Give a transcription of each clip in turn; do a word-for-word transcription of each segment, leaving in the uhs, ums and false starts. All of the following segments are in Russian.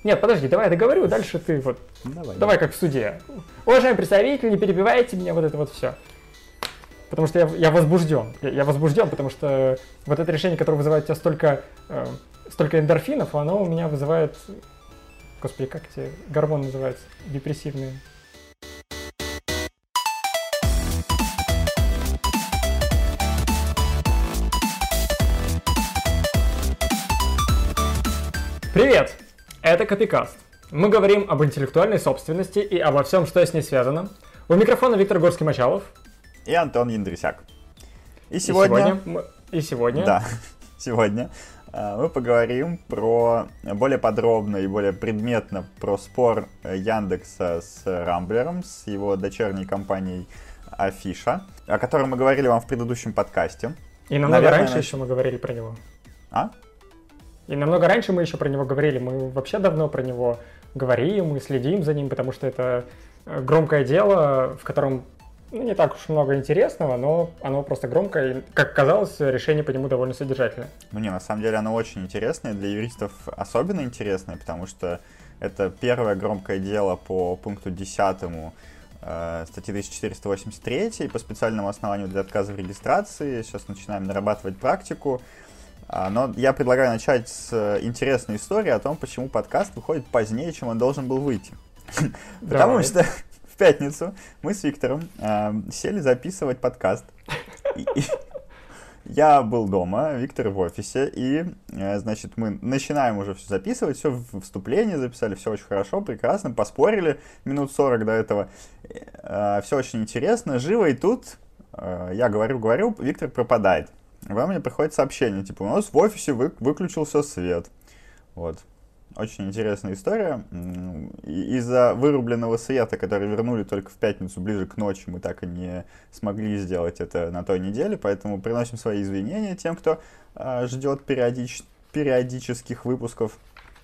Нет, подожди, давай я договорю, дальше ты вот... Давай, давай как в суде. Уважаемый представитель, не перебивайте меня, вот это вот все. Потому что я, я возбужден. Я, я возбужден, потому что вот это решение, которое вызывает у тебя столько, э, столько эндорфинов, оно у меня вызывает... Господи, как эти гормоны называются? Депрессивные. Привет! Это Копикаст. Мы говорим об интеллектуальной собственности и обо всем, что с ней связано. У микрофона Виктор Горский-Мочалов. И Антон Яндрисяк. И сегодня... И сегодня... Мы... И сегодня... Да, сегодня мы поговорим про более подробно и более предметно про спор Яндекса с Рамблером, с его дочерней компанией Афиша, о котором мы говорили вам в предыдущем подкасте. И намного Наверное, раньше наш... еще мы говорили про него. А? И намного раньше мы еще про него говорили. Мы вообще давно про него говорим и следим за ним, потому что это громкое дело, в котором ну, не так уж много интересного, но оно просто громкое. И, как казалось, решение по нему довольно содержательное. Ну не, на самом деле оно очень интересное. Для юристов особенно интересное, потому что это первое громкое дело по пункту десятому э, статьи тысяча четыреста восемьдесят три по специальному основанию для отказа в регистрации. Сейчас начинаем нарабатывать практику. Но я предлагаю начать с интересной истории о том, почему подкаст выходит позднее, чем он должен был выйти. Потому что в пятницу мы с Виктором э, сели записывать подкаст. И, и я был дома, Виктор в офисе, и, э, значит, мы начинаем уже все записывать, все в вступление записали, все очень хорошо, прекрасно, поспорили минут сорок до этого. Э, все очень интересно, живо, и тут э, я говорю-говорю, Виктор пропадает. Вам мне приходит сообщение, типа, у нас в офисе вы, выключился свет. Вот. Очень интересная история. И из-за вырубленного света, который вернули только в пятницу, ближе к ночи, мы так и не смогли сделать это на той неделе, поэтому приносим свои извинения тем, кто э, ждет периодич... периодических выпусков.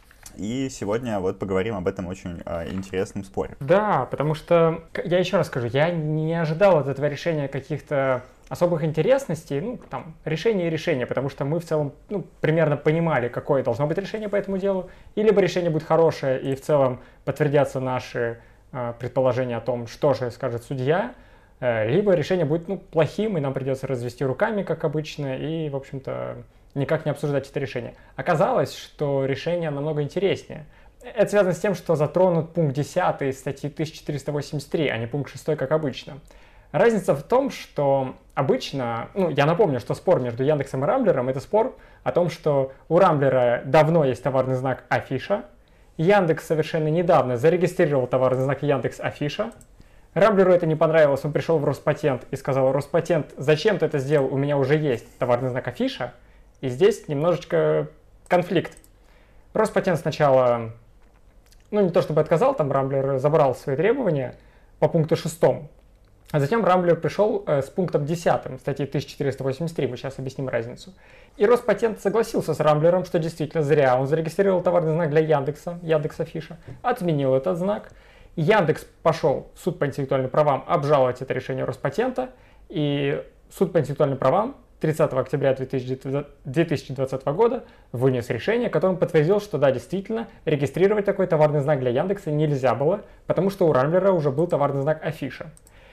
И сегодня вот поговорим об этом очень э, интересном споре. Да, потому что, я еще раз скажу, я не ожидал от этого решения каких-то особых интересностей, ну, там, решение и решение, потому что мы в целом, ну, примерно понимали, какое должно быть решение по этому делу, и либо решение будет хорошее, и в целом подтвердятся наши э, предположения о том, что же скажет судья, э, либо решение будет, ну, плохим, и нам придется развести руками, как обычно, и, в общем-то, никак не обсуждать это решение. Оказалось, что решение намного интереснее. Это связано с тем, что затронут пункт десятый статьи тысяча четыреста восемьдесят три, а не пункт шестой, как обычно. Разница в том, что обычно, ну, я напомню, что спор между Яндексом и Рамблером — это спор о том, что у Рамблера давно есть товарный знак Афиша, Яндекс совершенно недавно зарегистрировал товарный знак Яндекс Афиша, Рамблеру это не понравилось, он пришел в Роспатент и сказал: Роспатент, зачем ты это сделал, у меня уже есть товарный знак Афиша, и здесь немножечко конфликт. Роспатент сначала, ну, не то чтобы отказал, там Рамблер забрал свои требования по пункту шестому, а затем Рамблер пришел э, с пунктом десятым статьи тысяча четыреста восемьдесят три, мы сейчас объясним разницу. И Роспатент согласился с Рамблером, что действительно зря он зарегистрировал товарный знак для Яндекса, Яндекс Афиша, отменил этот знак. Яндекс пошел в суд по интеллектуальным правам обжаловать это решение Роспатента, и суд по интеллектуальным правам тридцатого октября две тысячи двадцатого года вынес решение, которым подтвердил, что да, действительно, регистрировать такой товарный знак для Яндекса нельзя было, потому что у Рамблера уже был товарный знак Афиша.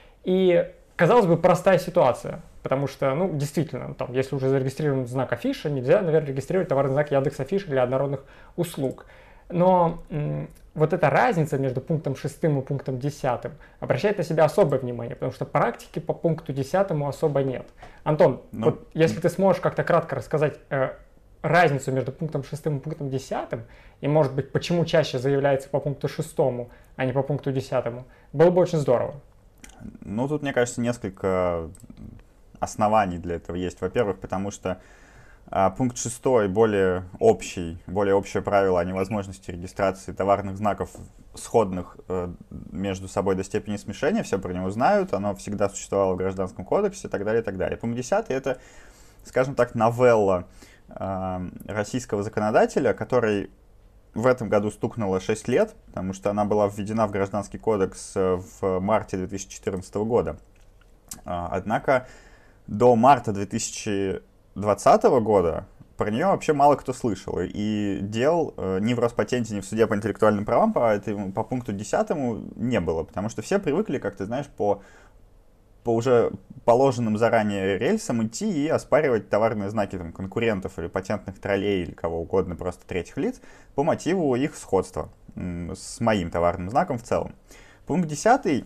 И, казалось бы, простая ситуация, потому что, ну, действительно, там, если уже зарегистрирован знак Афиша, нельзя, наверное, регистрировать товарный знак Яндекс Афиша для однородных услуг. Но м- вот эта разница между пунктом шестым и пунктом десятым обращает на себя особое внимание, потому что практики по пункту десятому особо нет. Антон, ну, вот если ты сможешь как-то кратко рассказать э, разницу между пунктом шестым и пунктом десятым, и, может быть, почему чаще заявляется по пункту шестому, а не по пункту десятому, было бы очень здорово. Ну, тут, мне кажется, несколько оснований для этого есть. Во-первых, потому что а, пункт шестой более общий, более общее правило о невозможности регистрации товарных знаков, сходных э, между собой до степени смешения. Все про него знают, оно всегда существовало в Гражданском кодексе и так далее, и так далее. Пункт десятый — это, скажем так, новелла э, российского законодателя, который в этом году стукнуло шесть лет, потому что она была введена в Гражданский кодекс в марте две тысячи четырнадцатого года. Однако до марта две тысячи двадцатого года про нее вообще мало кто слышал. И дел э, ни в Роспатенте, ни в суде по интеллектуальным правам по, этому, по пункту десятому не было, потому что все привыкли, как ты знаешь, по, по уже положенным заранее рельсам идти и оспаривать товарные знаки там, конкурентов или патентных троллей или кого угодно, просто третьих лиц, по мотиву их сходства м, с моим товарным знаком в целом. Пункт десятый.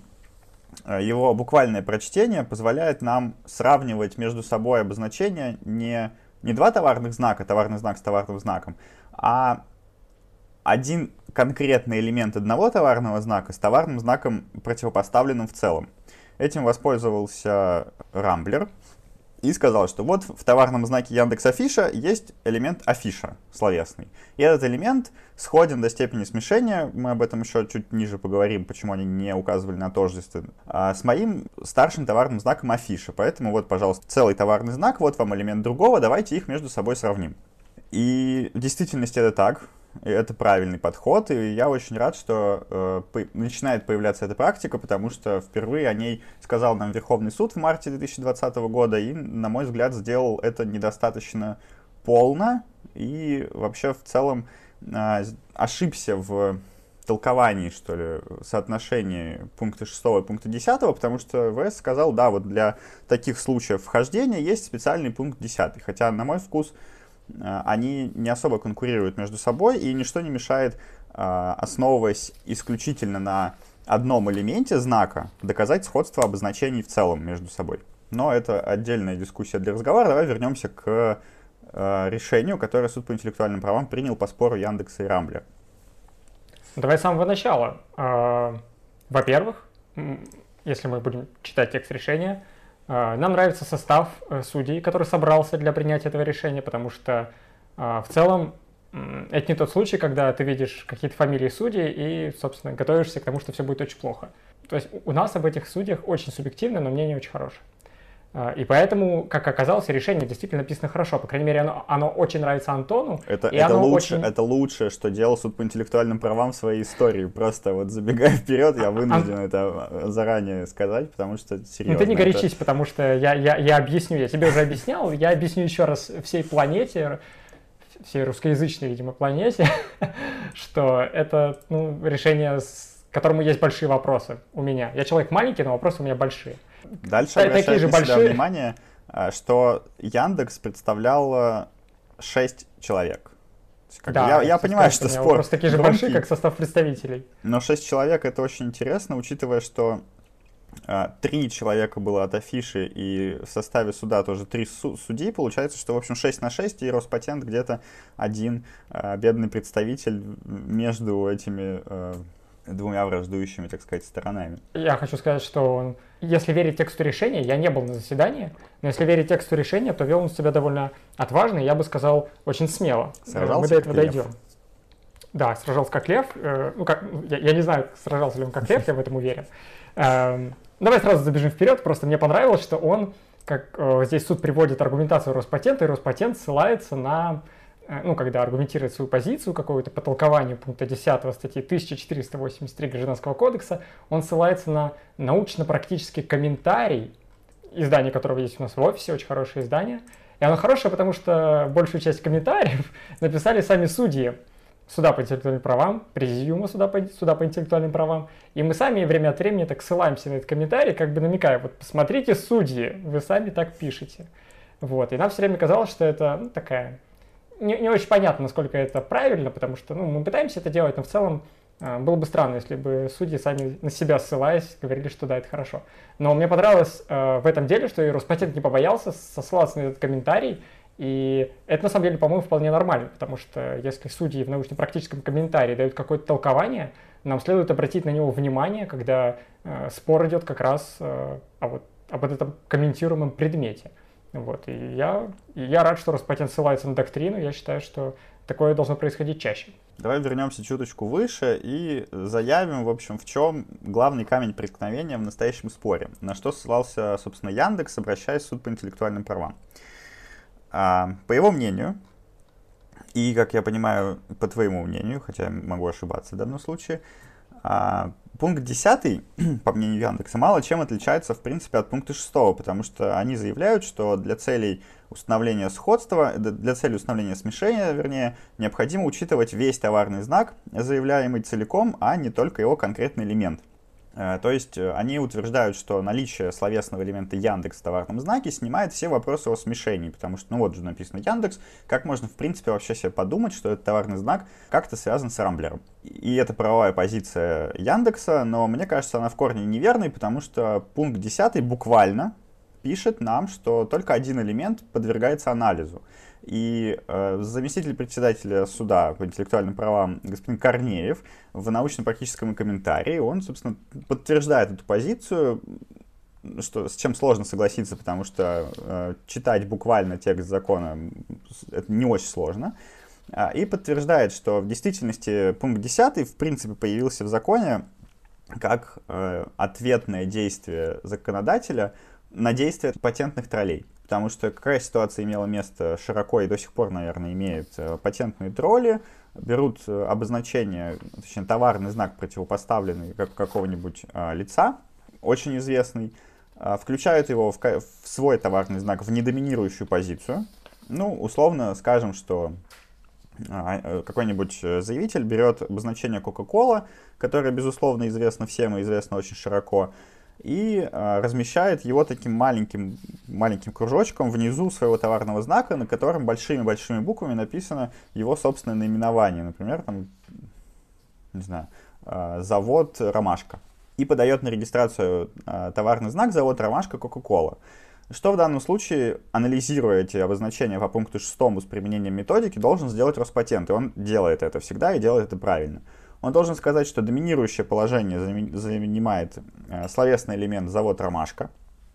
Его буквальное прочтение позволяет нам сравнивать между собой обозначения не, не два товарных знака, товарный знак с товарным знаком, а один конкретный элемент одного товарного знака с товарным знаком, противопоставленным в целом. Этим воспользовался Рамблер и сказал, что вот в товарном знаке Яндекс.Афиша есть элемент афиша словесный. И этот элемент сходен до степени смешения, мы об этом еще чуть ниже поговорим, почему они не указывали на тождество, а с моим старшим товарным знаком афиша. Поэтому вот, пожалуйста, целый товарный знак, вот вам элемент другого, давайте их между собой сравним. И в действительности это так. Это правильный подход, и я очень рад, что э, по- начинает появляться эта практика, потому что впервые о ней сказал нам Верховный суд в марте две тысячи двадцатого года, и, на мой взгляд, сделал это недостаточно полно, и вообще в целом э, ошибся в толковании, что ли, соотношении пункта шестого и пункта десятого, потому что ВС сказал, да, вот для таких случаев вхождения есть специальный пункт десятый, хотя, на мой вкус, они не особо конкурируют между собой, и ничто не мешает, основываясь исключительно на одном элементе знака, доказать сходство обозначений в целом между собой. Но это отдельная дискуссия для разговора. Давай вернемся к решению, которое суд по интеллектуальным правам принял по спору Яндекса и Рамблера. Давай с самого начала. Во-первых, если мы будем читать текст решения, нам нравится состав судей, который собрался для принятия этого решения, потому что в целом это не тот случай, когда ты видишь какие-то фамилии судей и, собственно, готовишься к тому, что все будет очень плохо. То есть у нас об этих судьях очень субъективно, но мнение очень хорошее. И поэтому, как оказалось, решение действительно написано хорошо. По крайней мере, оно, оно очень нравится Антону. Это, и это, оно лучше, очень... это лучшее, что делал суд по интеллектуальным правам в своей истории. Просто вот забегая вперед, я вынужден а... это заранее сказать, потому что серьезно. Ну ты не это... горячись, потому что я, я, я объясню. Я тебе уже объяснял, я объясню еще раз всей планете, всей русскоязычной, видимо, планете, что это ну, решение, к которому есть большие вопросы у меня. Я человек маленький, но вопросы у меня большие. Дальше обращаю на себя внимание, что Яндекс представлял шесть человек. Как да, я я понимаю, что спор просто такие же громкий, большие, как состав представителей. Но шесть человек — это очень интересно, учитывая, что а, три человека было от Афиши, и в составе суда тоже три су- судьи. Получается, что, в общем, шесть на шесть, и Роспатент где-то один а, бедный представитель между этими а, двумя враждующими, так сказать, сторонами. Я хочу сказать, что он, если верить тексту решения, я не был на заседании, но если верить тексту решения, то вел он себя довольно отважно, и я бы сказал, очень смело. Сражался Мы до этого как дойдем. Да, сражался как лев. Ну, как, я, я не знаю, сражался ли он как лев, я в этом уверен. Давай сразу забежим вперед. Просто мне понравилось, что он, как здесь суд приводит аргументацию Роспатента, и Роспатент ссылается на, ну, когда аргументирует свою позицию какую-то по толкованию пункта десятого статьи тысяча четыреста восемьдесят три Гражданского кодекса, он ссылается на научно-практический комментарий, издание которого есть у нас в офисе, очень хорошее издание. И оно хорошее, потому что большую часть комментариев написали сами судьи суда по интеллектуальным правам, президиума суда по, суда по интеллектуальным правам. И мы сами время от времени так ссылаемся на этот комментарий, как бы намекая, вот посмотрите, судьи, вы сами так пишете. Вот. И нам все время казалось, что это ну, такая... Не, не очень понятно, насколько это правильно, потому что ну, мы пытаемся это делать, но в целом э, было бы странно, если бы судьи сами на себя ссылаясь говорили, что да, это хорошо. Но мне понравилось э, в этом деле, что и Роспатент не побоялся сослаться на этот комментарий, и это на самом деле, по-моему, вполне нормально, потому что если судьи в научно-практическом комментарии дают какое-то толкование, нам следует обратить на него внимание, когда э, спор идет как раз э, о вот, об этом комментируемом предмете. Вот. И я, и я рад, что Роспатент ссылается на доктрину. Я считаю, что такое должно происходить чаще. Давай вернемся чуточку выше и заявим, в общем, в чем главный камень преткновения в настоящем споре. На что ссылался, собственно, Яндекс, обращаясь в суд по интеллектуальным правам. А, по его мнению, и, как я понимаю, по твоему мнению, хотя я могу ошибаться в данном случае, А пункт десятый, по мнению Яндекса, мало чем отличается, в принципе, от пункта шестого, потому что они заявляют, что для целей установления сходства, для цели установления смешения, вернее, необходимо учитывать весь товарный знак, заявляемый целиком, а не только его конкретный элемент. То есть они утверждают, что наличие словесного элемента Яндекс в товарном знаке снимает все вопросы о смешении, потому что, ну вот же написано Яндекс, как можно в принципе вообще себе подумать, что этот товарный знак как-то связан с рамблером. И это правовая позиция Яндекса, но мне кажется, она в корне неверной, потому что пункт десятый буквально пишет нам, что только один элемент подвергается анализу. И э, заместитель председателя суда по интеллектуальным правам господин Корнеев в научно-практическом комментарии, он, собственно, подтверждает эту позицию, что, с чем сложно согласиться, потому что э, читать буквально текст закона это не очень сложно. И подтверждает, что в действительности пункт десятый в принципе появился в законе как э, ответное действие законодателя на действия патентных троллей. Потому что какая ситуация имела место широко и до сих пор, наверное, имеют патентные тролли, берут обозначение, точнее, товарный знак, противопоставленный как какого-нибудь а, лица, очень известный, а, включают его в, в свой товарный знак в недоминирующую позицию. Ну, условно скажем, что а, какой-нибудь заявитель берет обозначение Coca-Cola, которое, безусловно, известно всем и известно очень широко, и а, размещает его таким маленьким, маленьким кружочком внизу своего товарного знака, на котором большими-большими буквами написано его собственное наименование. Например, там, не знаю, а, завод «Ромашка». И подает на регистрацию а, товарный знак «Завод Ромашка Coca-Cola». Что в данном случае, анализируя эти обозначения по пункту шестому с применением методики, должен сделать Роспатент. И он делает это всегда и делает это правильно. Он должен сказать, что доминирующее положение занимает словесный элемент «завод Ромашка».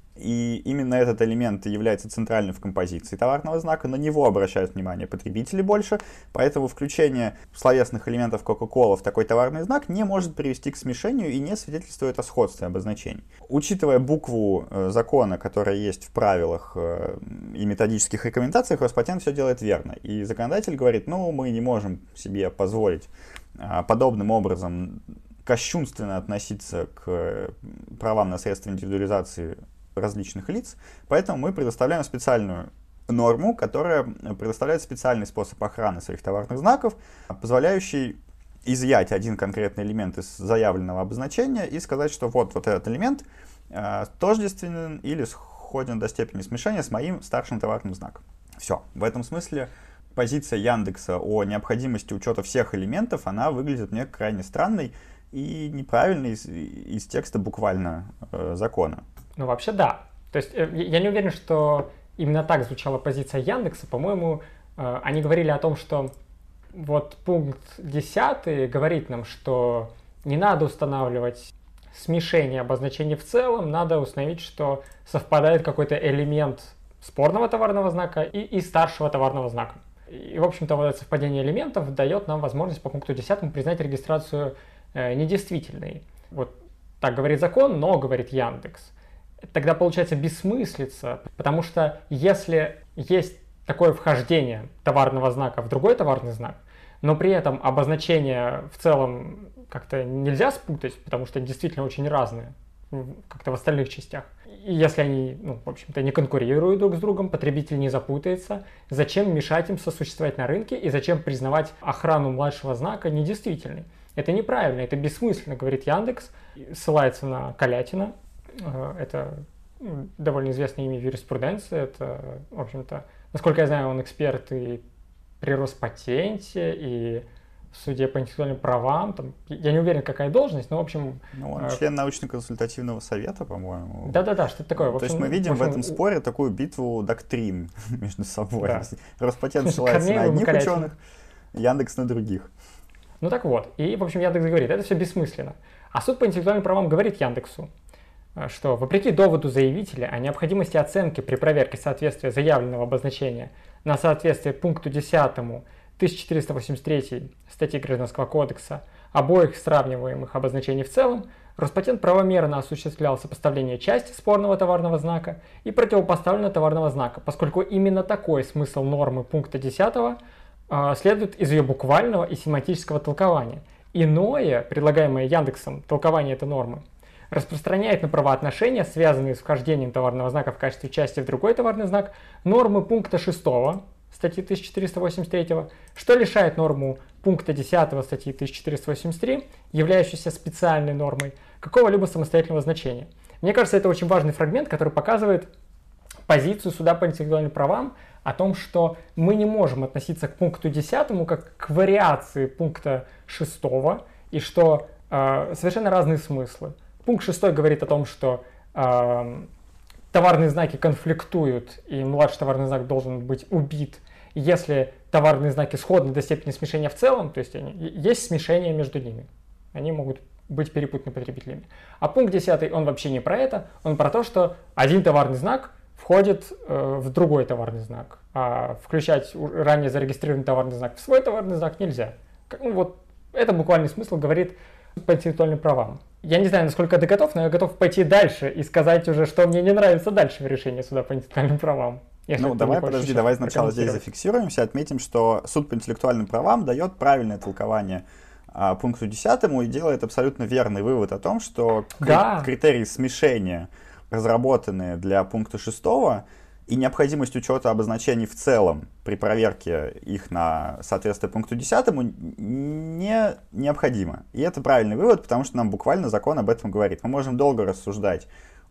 И именно этот элемент является центральным в композиции товарного знака. На него обращают внимание потребители больше. Поэтому включение словесных элементов Coca-Cola в такой товарный знак не может привести к смешению и не свидетельствует о сходстве обозначений. Учитывая букву э, закона, которая есть в правилах э, и методических рекомендациях, Роспатент все делает верно. И законодатель говорит, ну, мы не можем себе позволить э, подобным образом кощунственно относиться к правам на средства индивидуализации различных лиц, поэтому мы предоставляем специальную норму, которая предоставляет специальный способ охраны своих товарных знаков, позволяющий изъять один конкретный элемент из заявленного обозначения и сказать, что вот, вот этот элемент э, тождественен или сходен до степени смешения с моим старшим товарным знаком. Все. В этом смысле позиция Яндекса о необходимости учета всех элементов, она выглядит мне крайне странной и неправильной из, из текста буквально э, закона. Ну, вообще, да. То есть, я не уверен, что именно так звучала позиция Яндекса. По-моему, они говорили о том, что вот пункт десятый говорит нам, что не надо устанавливать смешение обозначений в целом, надо установить, что совпадает какой-то элемент спорного товарного знака и, и старшего товарного знака. И, в общем-то, вот это совпадение элементов дает нам возможность по пункту десятому признать регистрацию э, недействительной. Вот так говорит закон, но говорит Яндекс. Тогда получается бессмыслица, потому что если есть такое вхождение товарного знака в другой товарный знак, но при этом обозначения в целом как-то нельзя спутать, потому что они действительно очень разные как-то в остальных частях. И если они, ну, в общем-то, не конкурируют друг с другом, потребитель не запутается, зачем мешать им сосуществовать на рынке и зачем признавать охрану младшего знака недействительной? Это неправильно, это бессмысленно, говорит Яндекс, ссылается на Калятина. Это довольно известное имя в юриспруденции. Это, в общем-то, насколько я знаю, он эксперт и при Роспатенте, и в суде по интеллектуальным правам. Там, я не уверен, какая должность, но, в общем... Ну, он член научно-консультативного совета, по-моему. Да-да-да, что-то такое. В общем, то есть мы видим в, в, общем, этом споре такую битву доктрин между собой. Да. Роспатент ссылается на одних ученых, Яндекс на других. Ну так вот. И, в общем, Яндекс говорит, это все бессмысленно. А суд по интеллектуальным правам говорит Яндексу, что вопреки доводу заявителя о необходимости оценки при проверке соответствия заявленного обозначения на соответствие пункту десятому тысяча четыреста восемьдесят третьей статьи Гражданского кодекса обоих сравниваемых обозначений в целом, Роспатент правомерно осуществлял сопоставление части спорного товарного знака и противопоставленного товарного знака, поскольку именно такой смысл нормы пункта десятого э, следует из ее буквального и семантического толкования. иное, предлагаемое Яндексом, толкование этой нормы, распространяет на правоотношения, связанные с вхождением товарного знака в качестве части в другой товарный знак, нормы пункта шестого статьи тысяча четыреста восемьдесят три, что лишает норму пункта десятого статьи тысяча четыреста восемьдесят три, являющейся специальной нормой, какого-либо самостоятельного значения. Мне кажется, это очень важный фрагмент, который показывает позицию суда по интеллектуальным правам о том, что мы не можем относиться к пункту десятому как к вариации пункта шестого, и что э, совершенно разные смыслы. Пункт шестой говорит о том, что э, товарные знаки конфликтуют, и младший товарный знак должен быть убит, если товарные знаки сходны до степени смешения в целом, то есть они, есть смешение между ними. Они могут быть перепутаны потребителями. А пункт десятый, он вообще не про это, он про то, что один товарный знак входит э, в другой товарный знак, а включать ранее зарегистрированный товарный знак в свой товарный знак нельзя. Ну, вот это буквальный смысл говорит по интеллектуальным правам. Я не знаю, насколько ты готов, но я готов пойти дальше и сказать уже, что мне не нравится дальше в решении суда по интеллектуальным правам. Ну, давай, подожди, давай сначала здесь зафиксируемся, отметим, что суд по интеллектуальным правам дает правильное толкование а, пункту десятому и делает абсолютно верный вывод о том, что да. критерии смешения, разработанные для пункта шестого, и необходимость учета обозначений в целом при проверке их на соответствие пункту десятому не необходимо. И это правильный вывод, потому что нам буквально закон об этом говорит. Мы можем долго рассуждать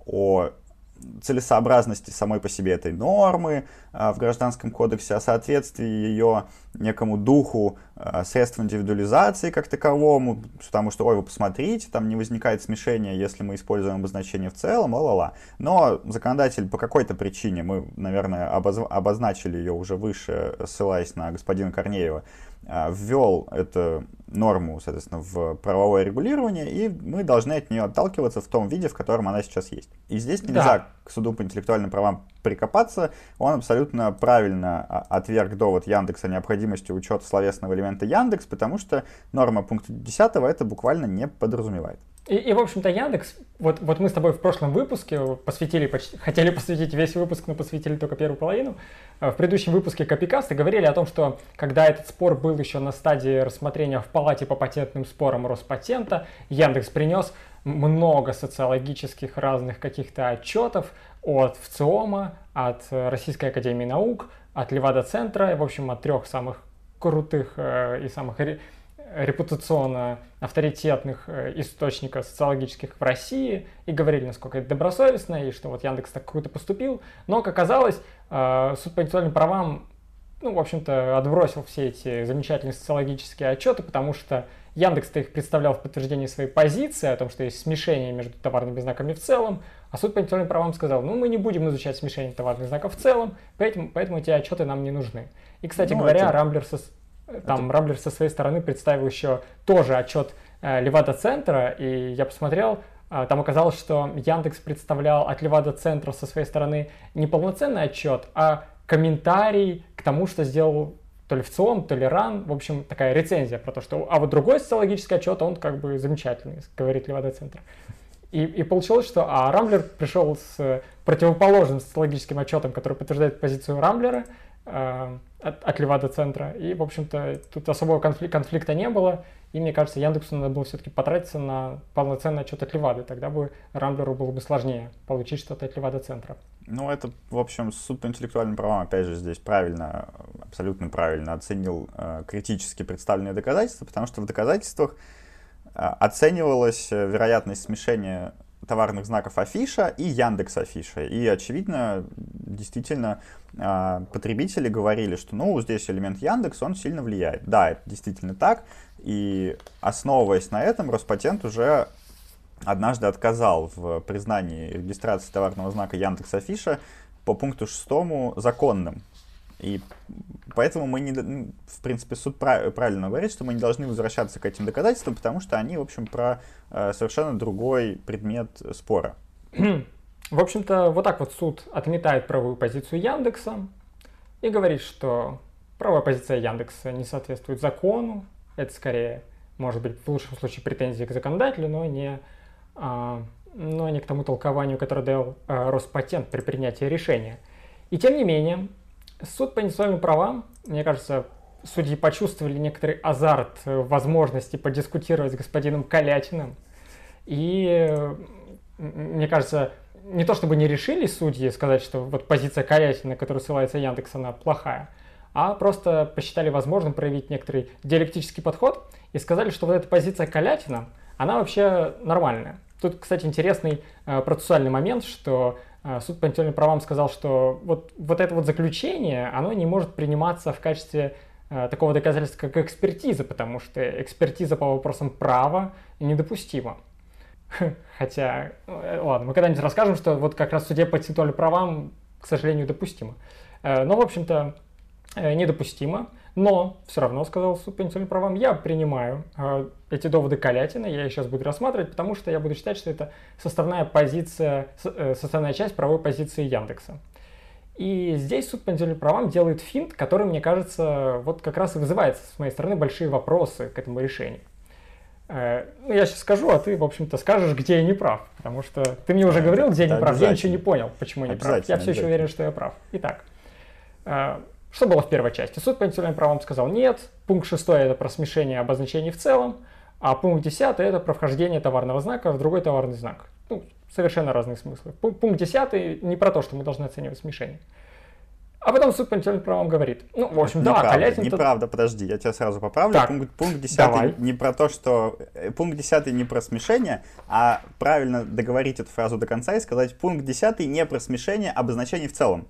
о целесообразности самой по себе этой нормы а, в Гражданском кодексе, о соответствии ее некому духу а, средств индивидуализации как таковому, потому что, ой, вы посмотрите, там не возникает смешения, если мы используем обозначение в целом, ла-ла-ла. Но законодатель по какой-то причине, мы, наверное, обоз... обозначили ее уже выше, ссылаясь на господина Корнеева, а, ввел эту норму, соответственно, в правовое регулирование, и мы должны от нее отталкиваться в том виде, в котором она сейчас есть. И здесь нельзя да. к суду по интеллектуальным правам прикопаться. Он абсолютно правильно отверг довод Яндекса о необходимости учета словесного элемента Яндекс, потому что норма пункта десятого это буквально не подразумевает. И, и в общем-то, Яндекс, вот, вот мы с тобой в прошлом выпуске посвятили, почти, хотели посвятить весь выпуск, но посвятили только первую половину. В предыдущем выпуске Копикаста говорили о том, что когда этот спор был еще на стадии рассмотрения в Палате по патентным спорам Роспатента, Яндекс принес много социологических разных каких-то отчетов от ВЦИОМа, от Российской академии наук, от Левада-центра, в общем, от трех самых крутых э, и самых репутационно авторитетных источников социологических в России и говорили, насколько это добросовестно и что вот Яндекс так круто поступил. Но, как оказалось, суд по интеллектуальным правам, ну, в общем-то, отбросил все эти замечательные социологические отчеты, потому что Яндекс-то их представлял в подтверждении своей позиции о том, что есть смешение между товарными знаками в целом, а суд по интеллектуальным правам сказал, ну, мы не будем изучать смешение товарных знаков в целом, поэтому, поэтому эти отчеты нам не нужны. И, кстати ну, говоря, это... Рамблер со... Там Это... Рамблер со своей стороны представил еще тоже отчет э, Левада-центра, и я посмотрел, э, там оказалось, что Яндекс представлял от Левада-центра со своей стороны не полноценный отчет, а комментарий к тому, что сделал то ли ВЦИОМ, то ли РАН, в общем, такая рецензия про то, что... А вот другой социологический отчет, он как бы замечательный, говорит Левада-центр. И, и получилось, что а Рамблер пришел с противоположным социологическим отчетом, который подтверждает позицию Рамблера, э, от, от Левада-центра. И, в общем-то, тут особого конфлик- конфликта не было. И, мне кажется, Яндексу надо было все-таки потратиться на полноценный отчет от Левады. Тогда бы Рамблеру было бы сложнее получить что-то от Левада-центра. Ну, это, в общем, суд по интеллектуальным правам, опять же, здесь правильно, абсолютно правильно оценил э, критически представленные доказательства, потому что в доказательствах э, оценивалась вероятность смешения товарных знаков Афиша и Яндекс Афиша. И, очевидно, действительно, потребители говорили, что, ну, здесь элемент Яндекс, он сильно влияет. Да, это действительно так. И, основываясь на этом, Роспатент уже однажды отказал в признании регистрации товарного знака Яндекс Афиша по пункту шестому законным. И поэтому мы не, в принципе, суд правильно говорит, что мы не должны возвращаться к этим доказательствам, потому что они, в общем, про совершенно другой предмет спора. В общем-то, вот так вот суд отметает правовую позицию Яндекса и говорит, что правовая позиция Яндекса не соответствует закону. Это скорее, может быть, в лучшем случае претензии к законодателю, но не, а, но не к тому толкованию, которое дал а, Роспатент при принятии решения. И тем не менее, суд по индивидуальным правам, мне кажется, судьи почувствовали некоторый азарт возможности подискутировать с господином Калятиным. И, мне кажется, не то чтобы не решили судьи сказать, что вот позиция Калятина, на которую ссылается Яндекс, она плохая, а просто посчитали возможным проявить некоторый диалектический подход и сказали, что вот эта позиция Калятина, она вообще нормальная. Тут, кстати, интересный э, процессуальный момент, что э, суд по интеллектуальным правам сказал, что вот, вот это вот заключение, оно не может приниматься в качестве э, такого доказательства, как экспертиза, потому что экспертиза по вопросам права недопустима. Хотя, э, ладно, мы когда-нибудь расскажем, что вот как раз в суде по интеллектуальным правам, к сожалению, допустимо. Э, но, в общем-то, э, недопустимо. Но все равно, сказал суд по интеллектуальным правам, я принимаю э, эти доводы Калятина, я их сейчас буду рассматривать, потому что я буду считать, что это составная позиция, э, составная часть правовой позиции Яндекса. И здесь суд по интеллектуальным правам делает финт, который, мне кажется, вот как раз и вызывает с моей стороны большие вопросы к этому решению. Э, ну, я сейчас скажу, а ты, в общем-то, скажешь, где я не прав, потому что ты мне уже говорил, где я не прав, я ничего не понял, почему я не прав. Я все еще уверен, что я прав. Итак, э, что было в первой части? Суд по интеллектуальным правам сказал нет, пункт шестой это про смешение обозначений в целом, а пункт десятый это про вхождение товарного знака в другой товарный знак. Ну, совершенно разные смыслы. Пункт десятый не про то, что мы должны оценивать смешение. А потом суд по интеллектуальным правам говорит, ну, в общем, да, Калятин... Неправда, подожди, я тебя сразу поправлю. Так, пункт, пункт десятый давай. Не про то, что... Пункт десятый не про смешение, а правильно договорить эту фразу до конца и сказать, пункт десятый не про смешение обозначений в целом.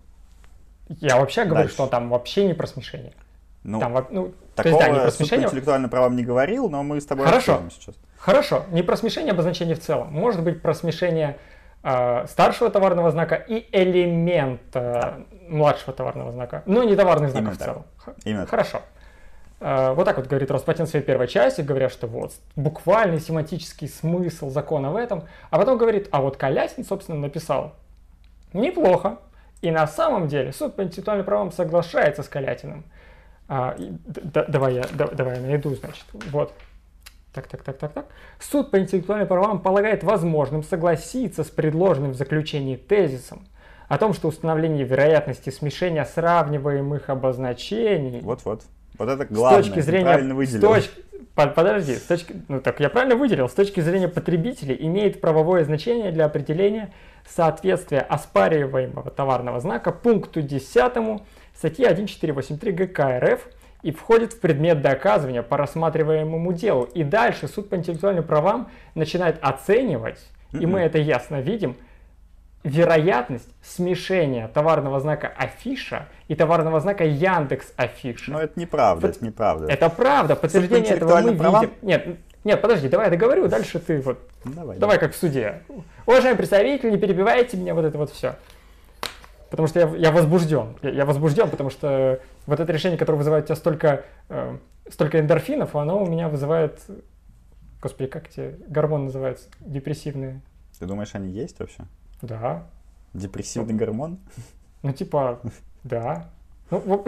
Я вообще говорю, дальше. Что там вообще не про смешение. Ну, там, ну, такого то есть, да, не про суд смешение... по интеллектуальным правам не говорил, но мы с тобой Хорошо. сейчас. Хорошо, не про смешение обозначений в целом. Может быть, про смешение э, старшего товарного знака и элемента да. младшего товарного знака, но не товарных знаков в целом. Именно Хорошо. Э, вот так вот говорит Роспатент в своей первой части, говоря, что вот буквальный семантический смысл закона в этом. А потом говорит, а вот Калятин, собственно, написал неплохо. И на самом деле суд по интеллектуальным правам соглашается с Калятиным. А, и, да, давай, я, да, давай я найду, значит. Вот. Так, так, так, так, так. Суд по интеллектуальным правам полагает возможным согласиться с предложенным в заключении тезисом о том, что установление вероятности смешения сравниваемых обозначений... Вот-вот. Вот это главное. С точки зрения... правильно выделил. С точки, подожди. С точки, ну так я правильно выделил. С точки зрения потребителей имеет правовое значение для определения соответствия оспариваемого товарного знака пункту десятому статьи тысяча четыреста восемьдесят три ГК РФ и входит в предмет доказывания по рассматриваемому делу. И дальше суд по интеллектуальным правам начинает оценивать, mm-hmm. и мы это ясно видим, вероятность смешения товарного знака Афиша и товарного знака Яндекс Афиша. Но это неправда, Под... это неправда. Это правда, подтверждение этого мы правам... видим. Нет, нет, подожди, давай я договорю, дальше ты вот, давай, давай как в суде. Уважаемый представитель, не перебивайте меня, вот это вот все. Потому что я, я возбужден, я, я возбужден, потому что вот это решение, которое вызывает у тебя столько, э, столько эндорфинов, оно у меня вызывает, господи, как эти гормоны называются, депрессивные. Ты думаешь, они есть вообще? Да. Депрессивный ну, гормон? Ну типа, да. Ну,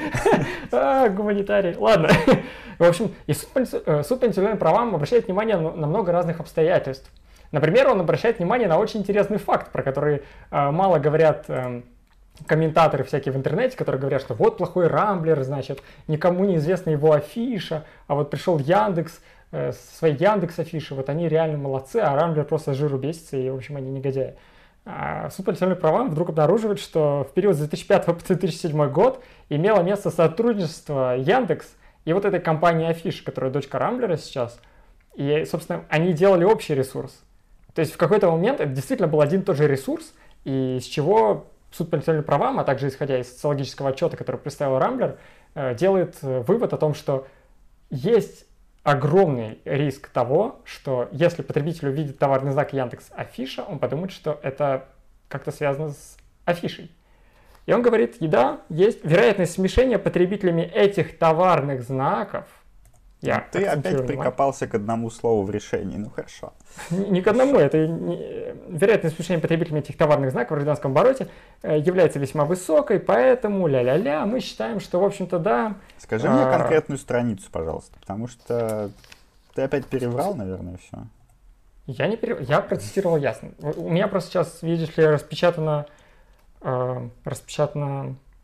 а, гуманитарий. Ладно. В общем, и суд по интеллектуальным правам обращает внимание на много разных обстоятельств. Например, он обращает внимание на очень интересный факт, про который э, мало говорят э, комментаторы всякие в интернете, которые говорят, что вот плохой Рамблер, значит, никому не известна его афиша, а вот пришел Яндекс, э, своей Яндекс афиши, вот они реально молодцы, а Рамблер просто с жиру бесится, и, в общем, они негодяи. А суд по интеллектуальным правам вдруг обнаруживает, что в период с две тысячи пятого по две тысячи седьмой год имело место сотрудничество Яндекс и вот этой компании Афиша, которая дочка Рамблера сейчас, и, собственно, они делали общий ресурс. То есть в какой-то момент это действительно был один и тот же ресурс, и с чего суд по интеллектуальным правам, а также исходя из социологического отчета, который представил Рамблер, делает вывод о том, что есть огромный риск того, что если потребитель увидит товарный знак Яндекс Афиша, он подумает, что это как-то связано с афишей. И он говорит, да, есть вероятность смешения потребителями этих товарных знаков. Я Ты опять прикопался к одному слову в решении, ну хорошо. Не, не к одному, это не, вероятность смешения потребителями этих товарных знаков в гражданском обороте э, является весьма высокой, поэтому ля-ля-ля, мы считаем, что в общем-то да. Скажи а... мне конкретную страницу, пожалуйста, потому что ты опять переврал, наверное, все. Я не переврал, я процитировал ясно. У меня просто сейчас, видишь ли, распечатано, э, распечатано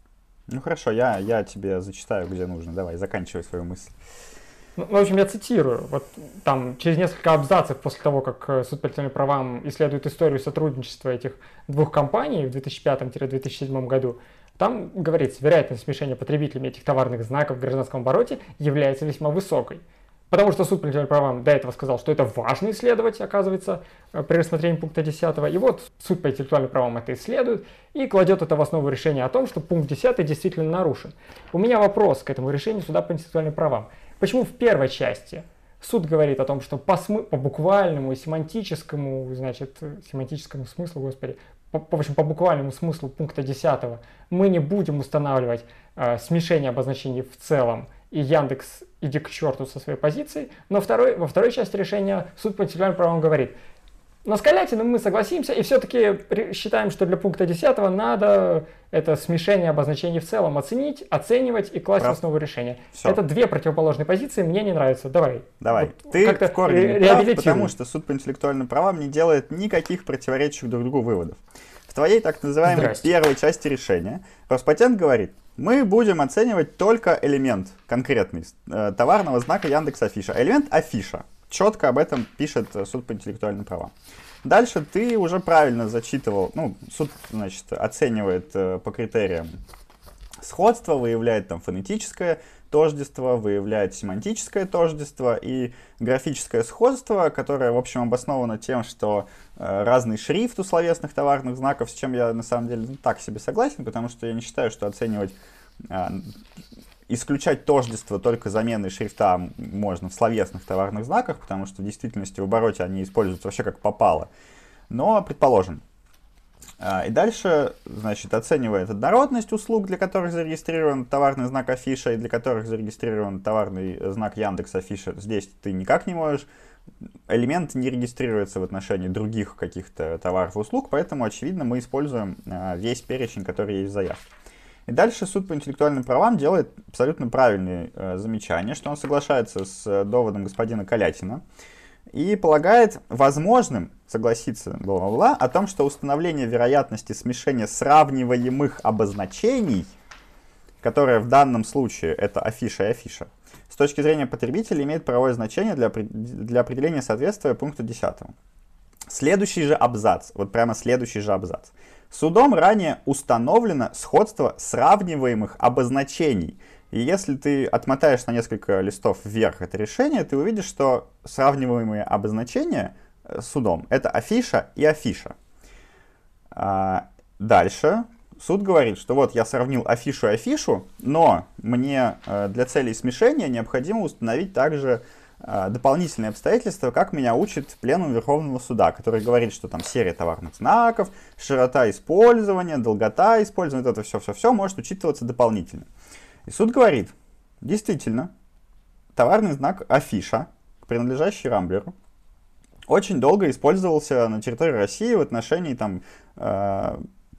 Ну хорошо, я, я тебе зачитаю, где нужно. Давай, заканчивай свою мысль. Ну, в общем, я цитирую. Вот там через несколько абзацев после того, как суд по интеллектуальным правам исследует историю сотрудничества этих двух компаний в две тысячи пятом — две тысячи седьмом году, там говорится, вероятность смешения потребителями этих товарных знаков в гражданском обороте является весьма высокой. Потому что суд по интеллектуальным правам до этого сказал, что это важно исследовать, оказывается, при рассмотрении пункта десятого. И вот суд по интеллектуальным правам это исследует и кладет это в основу решения о том, что пункт десятый действительно нарушен. У меня вопрос к этому решению суда по интеллектуальным правам. Почему в первой части суд говорит о том, что по, смы- по буквальному и семантическому, значит, семантическому смыслу, господи, по, в общем, по буквальному смыслу пункта десятого мы не будем устанавливать э, смешение обозначений в целом, и Яндекс иди к черту со своей позицией, но второй, во второй части решения суд по интеллектуальным правам говорит, но с Калятиным мы согласимся и все-таки считаем, что для пункта десятого надо это смешение обозначений в целом оценить, оценивать и класть Прав. в основу решения. Все. Это две противоположные позиции, мне не нравится. Давай. Давай. Вот Ты в корне не прав, потому что суд по интеллектуальным правам не делает никаких противоречащих друг другу выводов. В твоей так называемой Здрасте. первой части решения Роспатент говорит, мы будем оценивать только элемент конкретный э, товарного знака Яндекс.Афиша. Элемент афиша. Четко об этом пишет суд по интеллектуальным правам. Дальше ты уже правильно зачитывал, ну, суд, значит, оценивает э, по критериям сходства, выявляет там фонетическое тождество, выявляет семантическое тождество и графическое сходство, которое, в общем, обосновано тем, что э, разный шрифт у словесных товарных знаков, с чем я, на самом деле, ну, так себе согласен, потому что я не считаю, что оценивать... Э, Исключать тождество только заменой шрифта можно в словесных товарных знаках, потому что в действительности в обороте они используются вообще как попало. Но предположим. И дальше, значит, оценивает однородность услуг, для которых зарегистрирован товарный знак Афиша и для которых зарегистрирован товарный знак Яндекс.Афиша. Здесь ты никак не можешь. Элемент не регистрируется в отношении других каких-то товаров и услуг, поэтому, очевидно, мы используем весь перечень, который есть в заявке. И дальше суд по интеллектуальным правам делает абсолютно правильные э, замечания, что он соглашается с э, доводом господина Калятина и полагает возможным согласиться бла-бла-бла, о том, что установление вероятности смешения сравниваемых обозначений, которое в данном случае это афиша и афиша, с точки зрения потребителя имеет правовое значение для, для определения соответствия пункту десятому. Следующий же абзац, вот прямо следующий же абзац. Судом ранее установлено сходство сравниваемых обозначений. И если ты отмотаешь на несколько листов вверх это решение, ты увидишь, что сравниваемые обозначения судом — это афиша и афиша. А дальше суд говорит, что вот я сравнил афишу и афишу, но мне для целей смешения необходимо установить также дополнительные обстоятельства, как меня учит пленум Верховного суда, который говорит, что там серия товарных знаков, широта использования, долгота использования, вот это все-все-все может учитываться дополнительно. И суд говорит, действительно, товарный знак афиша, принадлежащий Рамблеру, очень долго использовался на территории России в отношении там, э,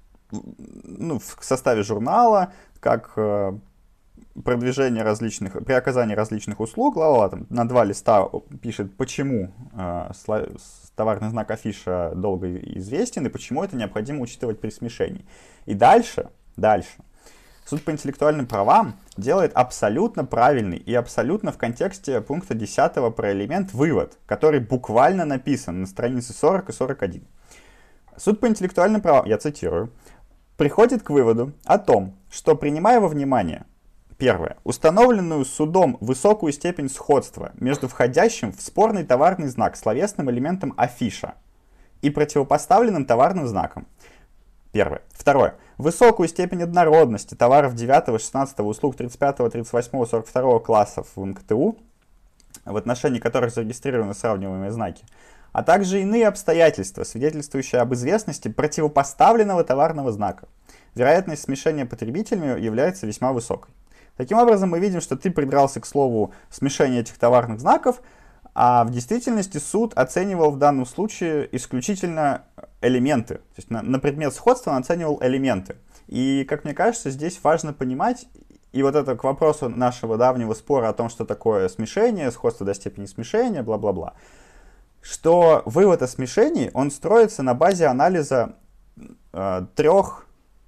ну, в составе журнала, как э, продвижение различных, при оказании различных услуг, ла-ла, там на два листа пишет, почему э, товарный знак афиша долго известен и почему это необходимо учитывать при смешении. И дальше, дальше, суд по интеллектуальным правам делает абсолютно правильный и абсолютно в контексте пункта десятого про элемент вывод, который буквально написан на странице сорок и сорок один. Суд по интеллектуальным правам, я цитирую, приходит к выводу о том, что, принимая во внимание: первое. Установленную судом высокую степень сходства между входящим в спорный товарный знак словесным элементом афиша и противопоставленным товарным знаком. Первое. Второе. Высокую степень однородности товаров девятого, шестнадцатого, услуг тридцать пятого, тридцать восьмого, сорок второго классов в эн ка тэ у, в отношении которых зарегистрированы сравниваемые знаки, а также иные обстоятельства, свидетельствующие об известности противопоставленного товарного знака. Вероятность смешения потребителями является весьма высокой. Таким образом, мы видим, что ты придрался к слову смешения этих товарных знаков, а в действительности суд оценивал в данном случае исключительно элементы. То есть на, на предмет сходства он оценивал элементы. И, как мне кажется, здесь важно понимать, и вот это к вопросу нашего давнего спора о том, что такое смешение, сходство до степени смешения, бла-бла-бла, что вывод о смешении, он строится на базе анализа э, трех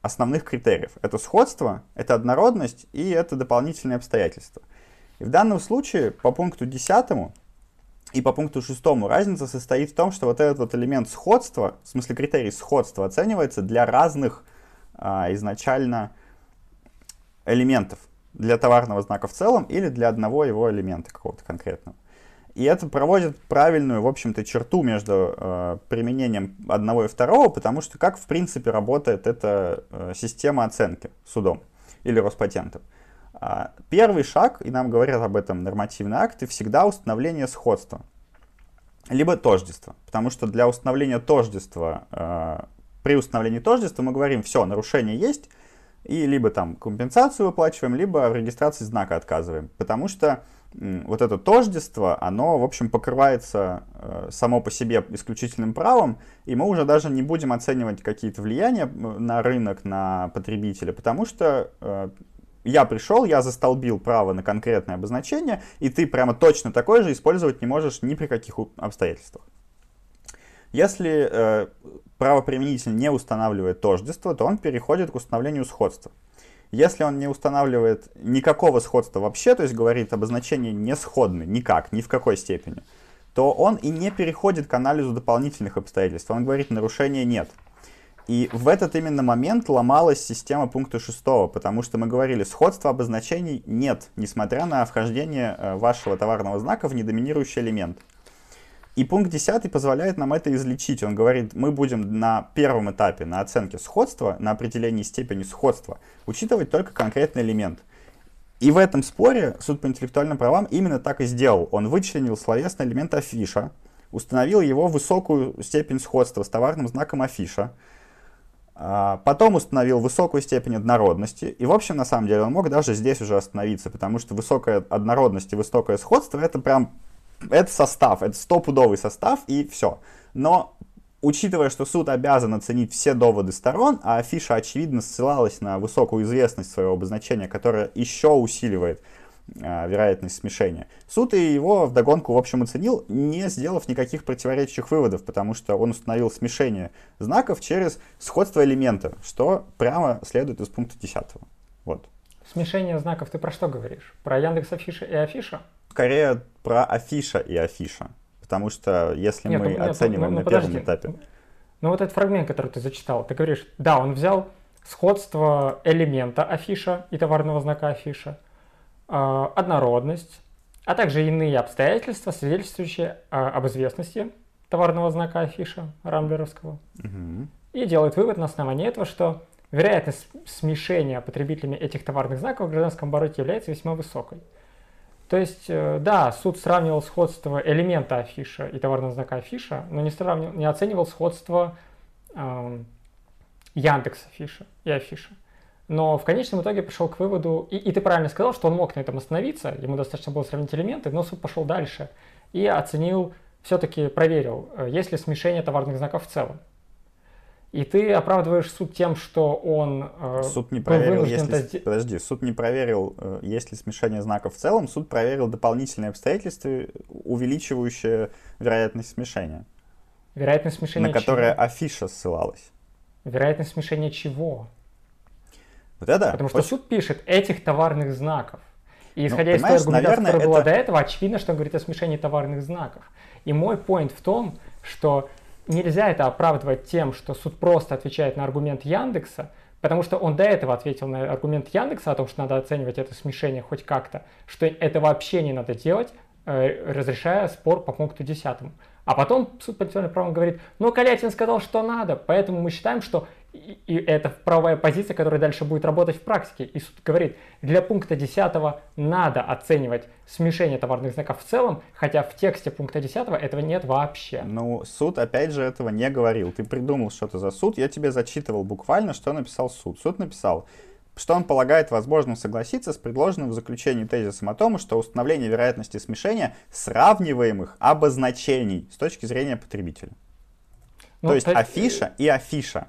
основных критериев. Это сходство, это однородность и это дополнительные обстоятельства. И в данном случае по пункту десятому и по пункту шестому разница состоит в том, что вот этот вот элемент сходства, в смысле критерий сходства, оценивается для разных а, изначально элементов. Для товарного знака в целом или для одного его элемента какого-то конкретного. И это проводит правильную, в общем-то, черту между э, применением одного и второго, потому что как, в принципе, работает эта э, система оценки судом или Роспатентом. А, первый шаг, и нам говорят об этом нормативные акты, всегда установление сходства, либо тождества. Потому что для установления тождества, э, при установлении тождества мы говорим, все, нарушение есть, и либо там компенсацию выплачиваем, либо в регистрации знака отказываем. Потому что м, вот это тождество, оно, в общем, покрывается э, само по себе исключительным правом, и мы уже даже не будем оценивать какие-то влияния на рынок, на потребителя, потому что э, я пришел, я застолбил право на конкретное обозначение, и ты прямо точно такое же использовать не можешь ни при каких обстоятельствах. Если э, правоприменитель не устанавливает тождество, то он переходит к установлению сходства. Если он не устанавливает никакого сходства вообще, то есть говорит обозначение не сходны никак, ни в какой степени, то он и не переходит к анализу дополнительных обстоятельств. Он говорит, нарушения нет. И в этот именно момент ломалась система пункта шестого, потому что мы говорили, сходства обозначений нет, несмотря на вхождение э, вашего товарного знака в недоминирующий элемент. И пункт десятый позволяет нам это излечить. Он говорит, мы будем на первом этапе, на оценке сходства, на определении степени сходства, учитывать только конкретный элемент. И в этом споре суд по интеллектуальным правам именно так и сделал. Он вычленил словесный элемент афиша, установил его высокую степень сходства с товарным знаком афиша, потом установил высокую степень однородности. И, в общем, на самом деле, он мог даже здесь уже остановиться, потому что высокая однородность и высокое сходство — это прям... Это состав, это стопудовый состав, и все. Но, учитывая, что суд обязан оценить все доводы сторон, а афиша, очевидно, ссылалась на высокую известность своего обозначения, которая еще усиливает э, вероятность смешения, суд и его вдогонку, в общем, оценил, не сделав никаких противоречащих выводов, потому что он установил смешение знаков через сходство элемента, что прямо следует из пункта десятого. Вот. Смешение знаков ты про что говоришь? Про Яндекс.Афиша и Афиша? Скорее про афиша и афиша. Потому что если нет, мы ну, оцениваем ну, ну, на подожди. первом этапе... Ну вот этот фрагмент, который ты зачитал, ты говоришь, да, он взял сходство элемента афиша и товарного знака афиша, э, однородность, а также иные обстоятельства, свидетельствующие э, об известности товарного знака афиша рамблеровского. Угу. И делает вывод на основании этого, что вероятность смешения потребителями этих товарных знаков в гражданском обороте является весьма высокой. То есть, да, суд сравнивал сходство элемента афиша и товарного знака афиша, но не, сравнивал, не оценивал сходство э, Яндекс.Афиша и афиша. Но в конечном итоге пришел к выводу, и, и ты правильно сказал, что он мог на этом остановиться, ему достаточно было сравнить элементы, но суд пошел дальше и оценил, все-таки проверил, есть ли смешение товарных знаков в целом. И ты оправдываешь суд тем, что он э, суд не проверил, если, подожди, суд не проверил, э, есть ли смешение знаков в целом, суд проверил дополнительные обстоятельства, увеличивающие вероятность смешения. Вероятность смешения на которое чего? Афиша ссылалась. Вероятность смешения чего? Вот это? Потому что очень... суд пишет этих товарных знаков. И исходя ну, из той аргументации, наверное, которая была это... до этого, очевидно, что он говорит о смешении товарных знаков. И мой поинт в том, что нельзя это оправдывать тем, что суд просто отвечает на аргумент Яндекса, потому что он до этого ответил на аргумент Яндекса о том, что надо оценивать это смешение хоть как-то, что это вообще не надо делать, э, разрешая спор по пункту десятому. А потом суд по интеллектуальным правам говорит, ну, Калятин сказал, что надо, поэтому мы считаем, что и, и это правовая позиция, которая дальше будет работать в практике. И суд говорит, для пункта десятого надо оценивать смешение товарных знаков в целом, хотя в тексте пункта десятого этого нет вообще. Ну, суд опять же этого не говорил. Ты придумал что-то за суд, я тебе зачитывал буквально, что написал суд. Суд написал, что он полагает возможным согласиться с предложенным в заключении тезисом о том, что установление вероятности смешения сравниваемых обозначений с точки зрения потребителя. Ну, то есть то... афиша и афиша.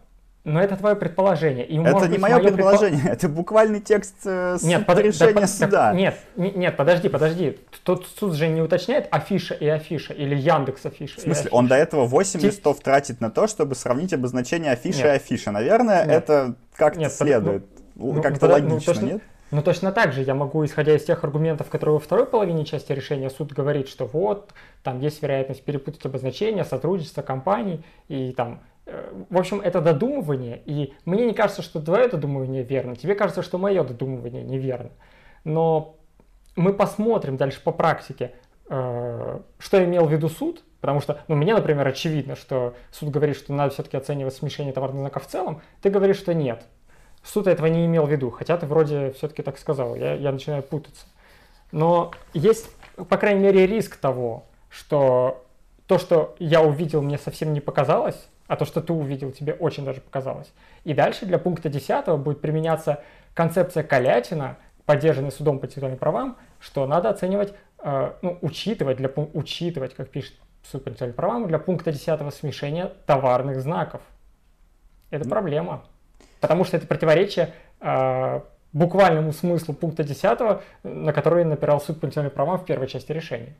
Но это твое предположение. И, это может не быть, мое предположение, предпол... это буквальный текст э, нет, под... под... решения да, суда. Так, нет, нет, подожди, подожди. Тут суд же не уточняет афиша и афиша, или Яндекс афиша. В смысле, афиша. он до этого восемь Ти... листов тратит на то, чтобы сравнить обозначение афиши нет. и афиша. Наверное, нет. это как-то нет, следует. Ну, как-то ну, логично, ну, точно, нет? Ну, точно так же я могу, исходя из тех аргументов, которые во второй половине части решения, суд говорит, что вот, там есть вероятность перепутать обозначения, сотрудничество компаний, и там, э, в общем, это додумывание, и мне не кажется, что твое додумывание верно, тебе кажется, что мое додумывание неверно. Но мы посмотрим дальше по практике, э, что имел в виду суд, потому что, ну, мне, например, очевидно, что суд говорит, что надо все-таки оценивать смешение товарных знаков в целом, ты говоришь, что нет. Суд этого не имел в виду, хотя ты вроде все-таки так сказал, я, я начинаю путаться. Но есть, по крайней мере, риск того, что то, что я увидел, мне совсем не показалось, а то, что ты увидел, тебе очень даже показалось. И дальше для пункта десятого будет применяться концепция Калятина, поддержанная судом по интеллектуальным правам, что надо оценивать, э, ну, учитывать, для, учитывать, как пишет суд по интеллектуальным правам, для пункта десятого смешения товарных знаков. Это проблема. Потому что это противоречие э, буквальному смыслу пункта десятого, на который напирал суд по интеллектуальным правам в первой части решения.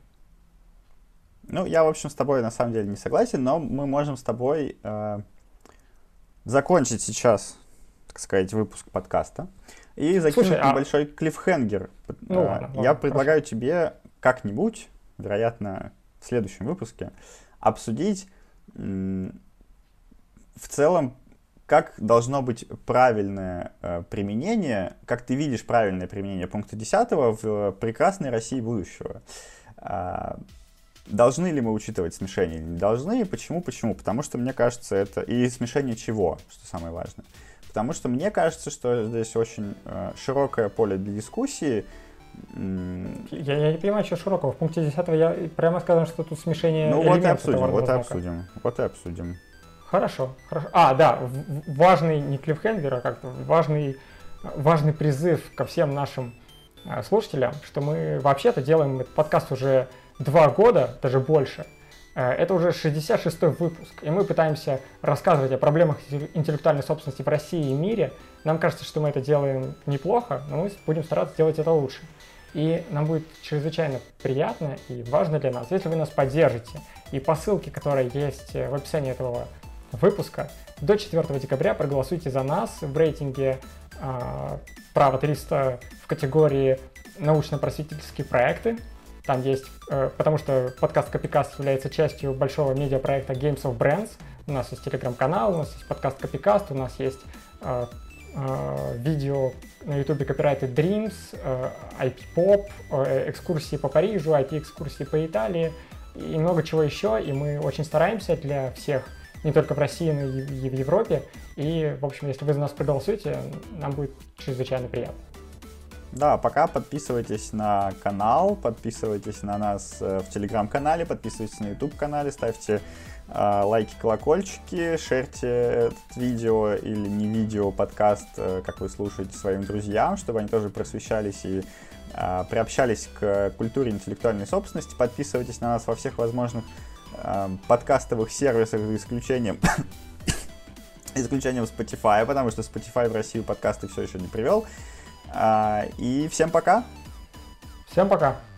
Ну, я, в общем, с тобой на самом деле не согласен, но мы можем с тобой э, закончить сейчас, так сказать, выпуск подкаста и закинуть Слушай, небольшой а... клиффхенгер. Ну, э, ладно, я ладно, предлагаю хорошо. тебе как-нибудь, вероятно, в следующем выпуске, обсудить м- в целом, как должно быть правильное э, применение, как ты видишь правильное применение пункта десятого в э, прекрасной России будущего. Э, должны ли мы учитывать смешение или не должны? Почему? Почему? Потому что мне кажется, это... И смешение чего, что самое важное. Потому что мне кажется, что здесь очень э, широкое поле для дискуссии. Я, я не понимаю, что широкого. В пункте десятого я прямо сказал, что тут смешение Ну вот и элементов обсудим, вот и знака. обсудим, вот и обсудим. Хорошо, хорошо. А, да, важный, не клиффхенгер, а как-то важный, важный призыв ко всем нашим слушателям, что мы вообще-то делаем этот подкаст уже два года, даже больше. Это уже шестьдесят шестой выпуск, и мы пытаемся рассказывать о проблемах интеллектуальной собственности в России и мире. Нам кажется, что мы это делаем неплохо, но мы будем стараться делать это лучше. И нам будет чрезвычайно приятно и важно для нас, если вы нас поддержите. И по ссылке, которая есть в описании этого выпуска, до четвёртого декабря проголосуйте за нас в рейтинге э, право триста в категории научно-просветительские проекты. Там есть, э, потому что подкаст Копикаст является частью большого медиапроекта Games of Brands. У нас есть телеграм-канал, у нас есть подкаст Копикаст, у нас есть э, э, видео на ютубе Copyrighted Dreams, э, ай пи-поп, э, экскурсии по Парижу, ай пи-экскурсии по Италии и много чего еще. И мы очень стараемся для всех, не только в России, но и в Европе. И, в общем, если вы за нас проголосуете, нам будет чрезвычайно приятно. Да, пока подписывайтесь на канал, подписывайтесь на нас в Телеграм-канале, подписывайтесь на YouTube-канале, ставьте э, лайки, колокольчики, шерьте это видео или не видео, подкаст, э, как вы слушаете, своим друзьям, чтобы они тоже просвещались и э, приобщались к культуре интеллектуальной собственности. Подписывайтесь на нас во всех возможных подкастовых сервисах, за исключением исключением Spotify, потому что Spotify в Россию подкасты все еще не привел. И всем пока! Всем пока!